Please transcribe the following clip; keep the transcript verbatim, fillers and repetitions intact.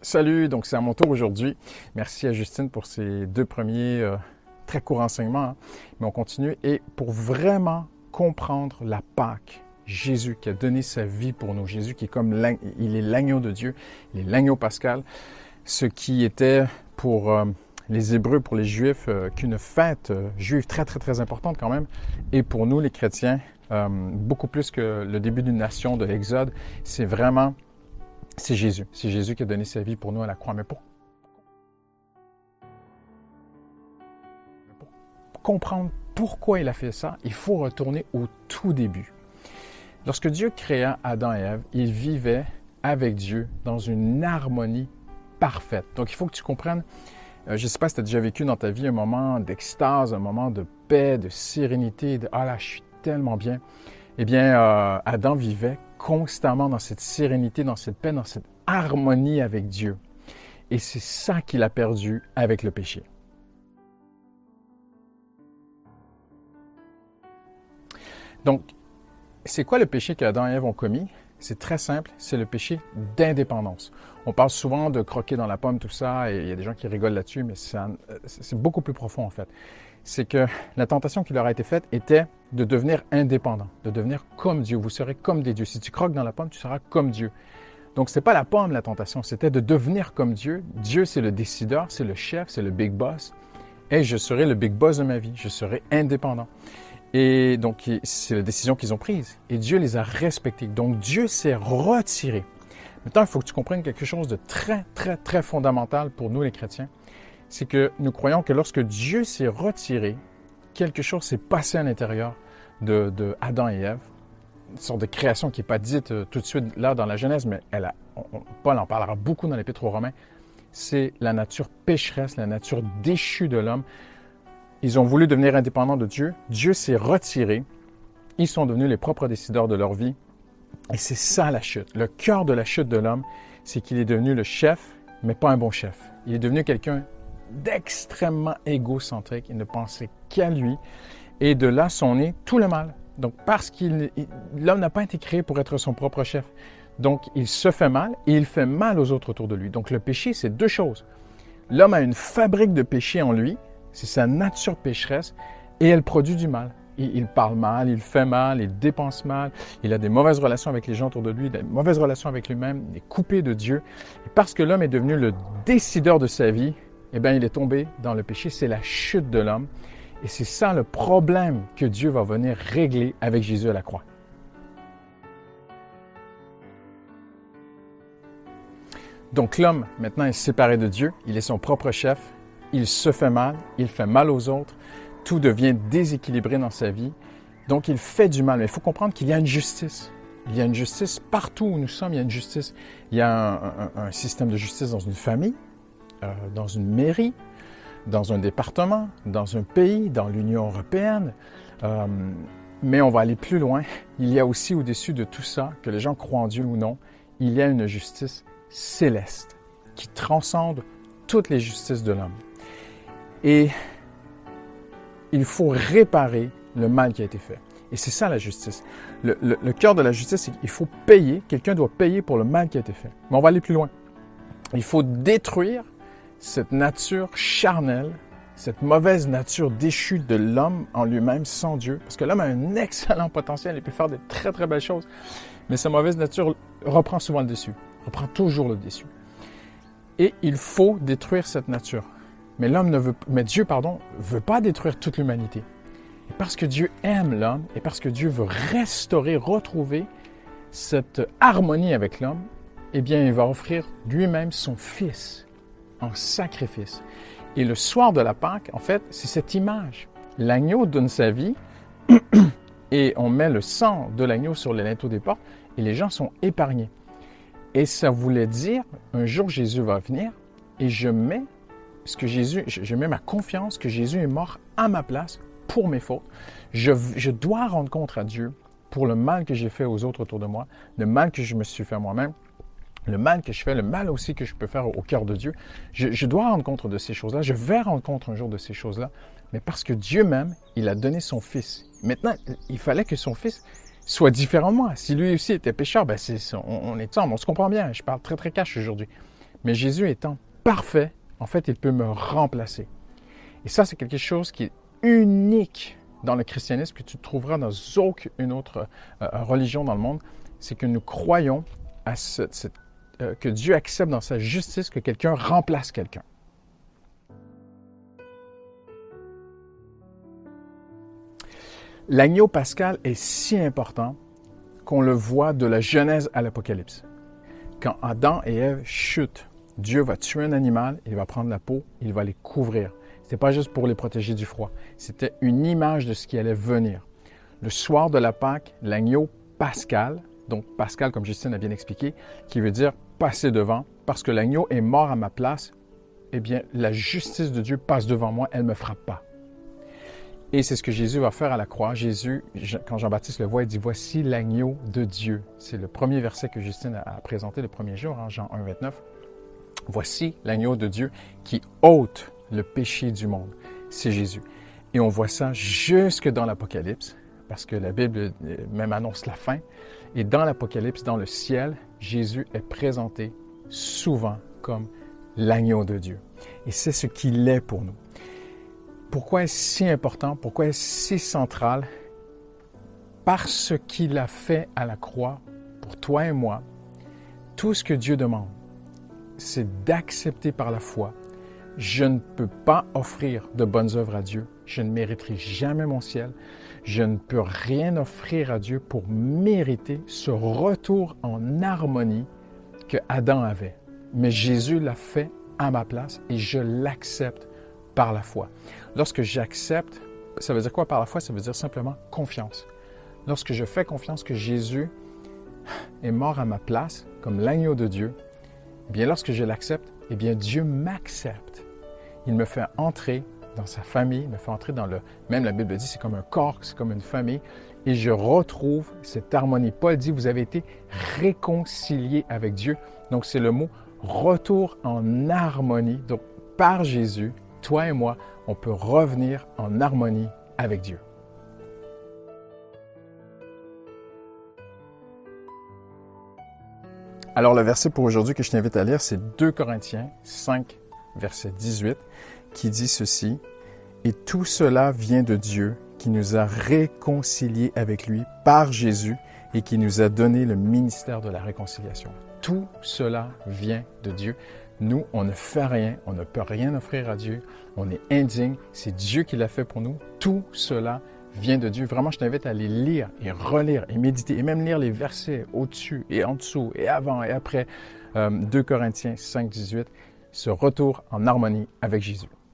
Salut, donc c'est à mon tour aujourd'hui. Merci à Justine pour ces deux premiers euh, très courts enseignements. Hein. Mais on continue. Et pour vraiment comprendre la Pâque, Jésus qui a donné sa vie pour nous, Jésus qui est comme l'ag... il est l'agneau de Dieu, il est l'agneau pascal, ce qui était pour euh, les Hébreux, pour les Juifs, euh, qu'une fête euh, juive très très très importante quand même. Et pour nous les chrétiens, euh, beaucoup plus que le début d'une nation, de l'Exode, c'est vraiment... C'est Jésus. C'est Jésus qui a donné sa vie pour nous à la croix. Mais pour, pour comprendre pourquoi il a fait ça, il faut retourner au tout début. Lorsque Dieu créa Adam et Ève, ils vivaient avec Dieu dans une harmonie parfaite. Donc, il faut que tu comprennes, euh, je ne sais pas si tu as déjà vécu dans ta vie un moment d'extase, un moment de paix, de sérénité, de « Ah là, je suis tellement bien ». Eh bien, euh, Adam vivait constamment dans cette sérénité, dans cette paix, dans cette harmonie avec Dieu. Et c'est ça qu'il a perdu avec le péché. Donc, c'est quoi le péché qu'Adam et Ève ont commis? C'est très simple, c'est le péché d'indépendance. On parle souvent de croquer dans la pomme, tout ça, et il y a des gens qui rigolent là-dessus, mais ça, c'est beaucoup plus profond en fait. C'est que la tentation qui leur a été faite était de devenir indépendant, de devenir comme Dieu. Vous serez comme des dieux. Si tu croques dans la pomme, tu seras comme Dieu. Donc, ce n'est pas la pomme, la tentation, c'était de devenir comme Dieu. Dieu, c'est le décideur, c'est le chef, c'est le big boss. Et je serai le big boss de ma vie, je serai indépendant. Et donc, c'est la décision qu'ils ont prise. Et Dieu les a respectés. Donc, Dieu s'est retiré. Maintenant, il faut que tu comprennes quelque chose de très, très, très fondamental pour nous les chrétiens. C'est que nous croyons que lorsque Dieu s'est retiré, quelque chose s'est passé à l'intérieur de, de Adam et Ève, une sorte de création qui n'est pas dite euh, tout de suite là dans la Genèse, mais elle a, on, Paul en parlera beaucoup dans l'Épître aux Romains, c'est la nature pécheresse, la nature déchue de l'homme. Ils ont voulu devenir indépendants de Dieu, Dieu s'est retiré, ils sont devenus les propres décideurs de leur vie, et c'est ça la chute. Le cœur de la chute de l'homme, c'est qu'il est devenu le chef, mais pas un bon chef. Il est devenu quelqu'un d'extrêmement égocentrique, il ne pensait qu'à lui, et de là sont nés tout le mal. Donc, parce qu'il l'homme n'a pas été créé pour être son propre chef. Donc, il se fait mal et il fait mal aux autres autour de lui. Donc, le péché, c'est deux choses. L'homme a une fabrique de péché en lui, c'est sa nature pécheresse, et elle produit du mal. Il, il parle mal, il fait mal, il dépense mal, il a des mauvaises relations avec les gens autour de lui, des mauvaises relations avec lui-même, il est coupé de Dieu. Et parce que l'homme est devenu le décideur de sa vie, eh bien, il est tombé dans le péché, c'est la chute de l'homme. Et c'est ça le problème que Dieu va venir régler avec Jésus à la croix. Donc l'homme, maintenant, est séparé de Dieu, il est son propre chef, il se fait mal, il fait mal aux autres, tout devient déséquilibré dans sa vie, donc il fait du mal. Mais il faut comprendre qu'il y a une justice. Il y a une justice partout où nous sommes, il y a une justice. Il y a un, un, un système de justice dans une famille, euh, dans une mairie, dans un département, dans un pays, dans l'Union européenne. Euh, mais on va aller plus loin. Il y a aussi au-dessus de tout ça, que les gens croient en Dieu ou non, il y a une justice céleste qui transcende toutes les justices de l'homme. Et il faut réparer le mal qui a été fait. Et c'est ça la justice. Le, le, le cœur de la justice, c'est qu'il faut payer, quelqu'un doit payer pour le mal qui a été fait. Mais on va aller plus loin. Il faut détruire cette nature charnelle, cette mauvaise nature déchue de l'homme en lui-même sans Dieu. Parce que l'homme a un excellent potentiel, il peut faire de très très belles choses. Mais sa mauvaise nature reprend souvent le dessus, reprend toujours le dessus. Et il faut détruire cette nature. Mais l'homme ne veut, mais Dieu, pardon, veut pas détruire toute l'humanité. Et parce que Dieu aime l'homme et parce que Dieu veut restaurer, retrouver cette harmonie avec l'homme, eh bien, il va offrir lui-même son Fils en sacrifice. Et le soir de la Pâque, en fait, c'est cette image. L'agneau donne sa vie et on met le sang de l'agneau sur les linteaux des portes et les gens sont épargnés. Et ça voulait dire, un jour Jésus va venir et je mets ce que Jésus, je mets ma confiance que Jésus est mort à ma place pour mes fautes. Je, je dois rendre compte à Dieu pour le mal que j'ai fait aux autres autour de moi, le mal que je me suis fait moi-même, le mal que je fais, le mal aussi que je peux faire au cœur de Dieu. Je, je dois rendre compte de ces choses-là. Je vais rendre compte un jour de ces choses-là. Mais parce que Dieu même, il a donné son Fils. Maintenant, il fallait que son Fils soit différent de moi. Si lui aussi était pécheur, ben c'est, on, on est ensemble, on se comprend bien. Je parle très, très cash aujourd'hui. Mais Jésus étant parfait, en fait, il peut me remplacer. Et ça, c'est quelque chose qui est unique dans le christianisme, que tu trouveras dans aucune autre euh, religion dans le monde. C'est que nous croyons à ce, ce, euh, que Dieu accepte dans sa justice que quelqu'un remplace quelqu'un. L'agneau pascal est si important qu'on le voit de la Genèse à l'Apocalypse. Quand Adam et Ève chutent, Dieu va tuer un animal, il va prendre la peau, il va les couvrir. Ce n'était pas juste pour les protéger du froid, c'était une image de ce qui allait venir. Le soir de la Pâque, l'agneau pascal, donc pascal comme Justine a bien expliqué, qui veut dire passer devant, parce que l'agneau est mort à ma place, eh bien la justice de Dieu passe devant moi, elle ne me frappe pas. Et c'est ce que Jésus va faire à la croix. Jésus, quand Jean-Baptiste le voit, il dit « Voici l'agneau de Dieu ». C'est le premier verset que Justine a présenté le premier jour, en Jean un, vingt-neuf. « Voici l'agneau de Dieu qui ôte le péché du monde ». C'est Jésus. Et on voit ça jusque dans l'Apocalypse, parce que la Bible même annonce la fin. Et dans l'Apocalypse, dans le ciel, Jésus est présenté souvent comme l'agneau de Dieu. Et c'est ce qu'il est pour nous. Pourquoi est-ce si important? Pourquoi est-ce si central? Parce qu'il a fait à la croix, pour toi et moi, tout ce que Dieu demande, c'est d'accepter par la foi. Je ne peux pas offrir de bonnes œuvres à Dieu. Je ne mériterai jamais mon ciel. Je ne peux rien offrir à Dieu pour mériter ce retour en harmonie que Adam avait. Mais Jésus l'a fait à ma place et je l'accepte par la foi. Lorsque j'accepte, ça veut dire quoi par la foi? Ça veut dire simplement confiance. Lorsque je fais confiance que Jésus est mort à ma place, comme l'agneau de Dieu, eh bien lorsque je l'accepte, eh bien Dieu m'accepte. Il me fait entrer dans sa famille, il me fait entrer dans le... Même la Bible dit, c'est comme un corps, c'est comme une famille, et je retrouve cette harmonie. Paul dit, vous avez été réconciliés avec Dieu. Donc c'est le mot retour en harmonie. Donc par Jésus, toi et moi, on peut revenir en harmonie avec Dieu. Alors, le verset pour aujourd'hui que je t'invite à lire, c'est deux Corinthiens cinq, verset dix-huit, qui dit ceci. « Et tout cela vient de Dieu, qui nous a réconciliés avec lui par Jésus et qui nous a donné le ministère de la réconciliation. » Tout cela vient de Dieu. Nous, on ne fait rien, on ne peut rien offrir à Dieu, on est indigne, c'est Dieu qui l'a fait pour nous. Tout cela vient de Dieu. Vraiment, je t'invite à les lire et relire et méditer et même lire les versets au-dessus et en dessous et avant et après. Euh, deux Corinthiens cinq, dix-huit, ce retour en harmonie avec Jésus.